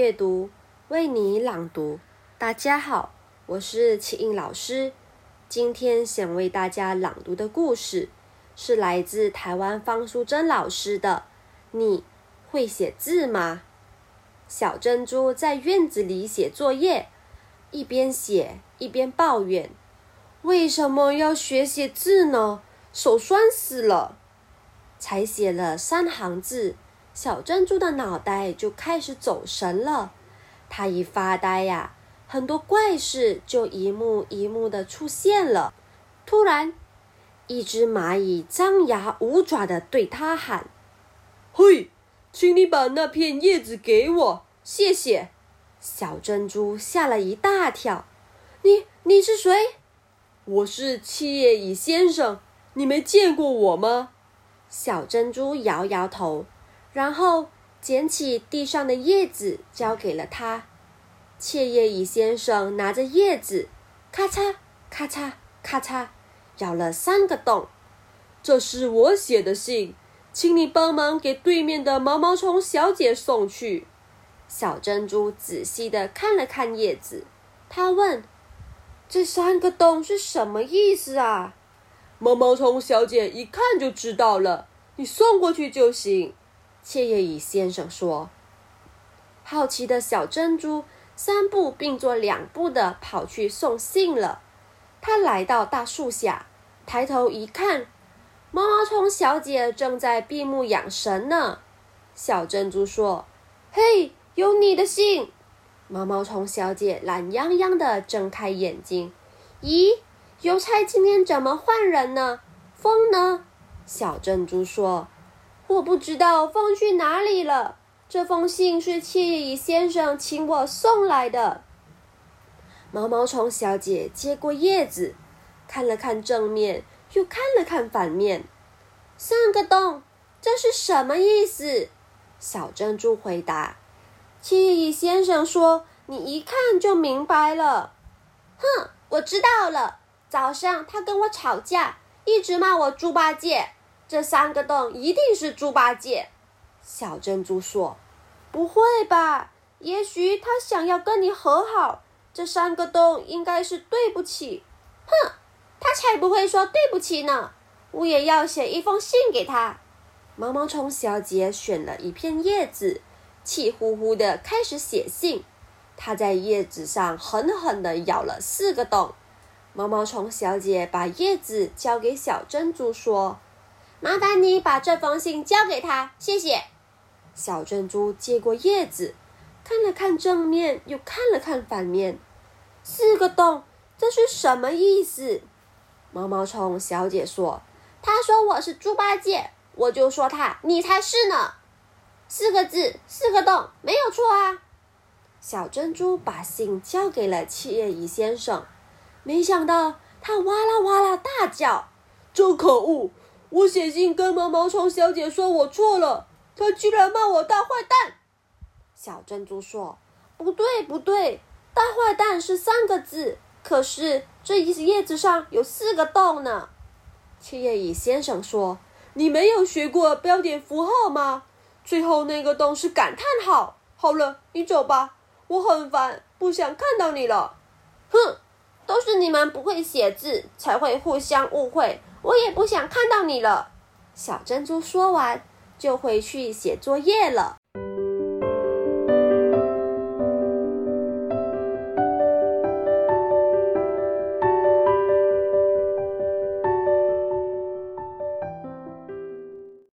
阅读，为你朗读。大家好，我是启英老师。今天想为大家朗读的故事是来自台湾方淑珍老师的《你会写字吗》。小珍珠在院子里写作业，一边写一边抱怨：为什么要学写字呢？手酸死了。才写了3行字，小珍珠的脑袋就开始走神了。她一发呆呀，很多怪事就一幕一幕的出现了。突然，一只蚂蚁张牙舞爪的对她喊：嘿，请你把那片叶子给我，谢谢。小珍珠吓了一大跳。你是谁？我是七叶蚁先生，你没见过我吗？小珍珠摇摇头，然后捡起地上的叶子交给了他。切叶蚁先生拿着叶子，咔嚓咔嚓咔嚓咬了3个洞。这是我写的信，请你帮忙给对面的毛毛虫小姐送去。小珍珠仔细地看了看叶子，她问：这3个洞是什么意思啊？毛毛虫小姐一看就知道了，你送过去就行。切叶蚁先生说。好奇的小珍珠3步并作2步的跑去送信了。他来到大树下，抬头一看，毛毛虫小姐正在闭目养神呢。小珍珠说：嘿，有你的信。毛毛虫小姐懒洋洋地睁开眼睛。咦，邮差今天怎么换人呢？风呢？小珍珠说：我不知道风去哪里了。这封信是切叶蚁先生请我送来的。毛毛虫小姐接过叶子，看了看正面，又看了看反面。3个洞，这是什么意思？小珍珠回答。切叶蚁先生说：你一看就明白了。哼，我知道了。早上他跟我吵架，一直骂我猪八戒。这3个洞一定是猪八戒。小珍珠说：不会吧，也许他想要跟你和好。这3个洞应该是对不起。哼，他才不会说对不起呢。我也要写一封信给他。毛毛虫小姐选了一片叶子，气呼呼地开始写信。她在叶子上狠狠地咬了4个洞。毛毛虫小姐把叶子交给小珍珠说：麻烦你把这封信交给他，谢谢。小珍珠接过叶子，看了看正面，又看了看反面。4个洞，这是什么意思？毛毛虫小姐说：他说我是猪八戒，我就说你才是呢。4个字，4个洞，没有错啊。小珍珠把信交给了切叶蚁先生，没想到他哇啦哇啦大叫：真可恶！我写信跟毛毛虫小姐说我错了，她居然骂我大坏蛋。小珍珠说：不对，大坏蛋是3个字，可是这叶子上有4个洞呢。切叶蚁先生说：你没有学过标点符号吗？最后那个洞是感叹号。好了，你走吧，我很烦，不想看到你了。哼，都是你们不会写字，才会互相误会，我也不想看到你了。小珍珠说完，就回去写作业了。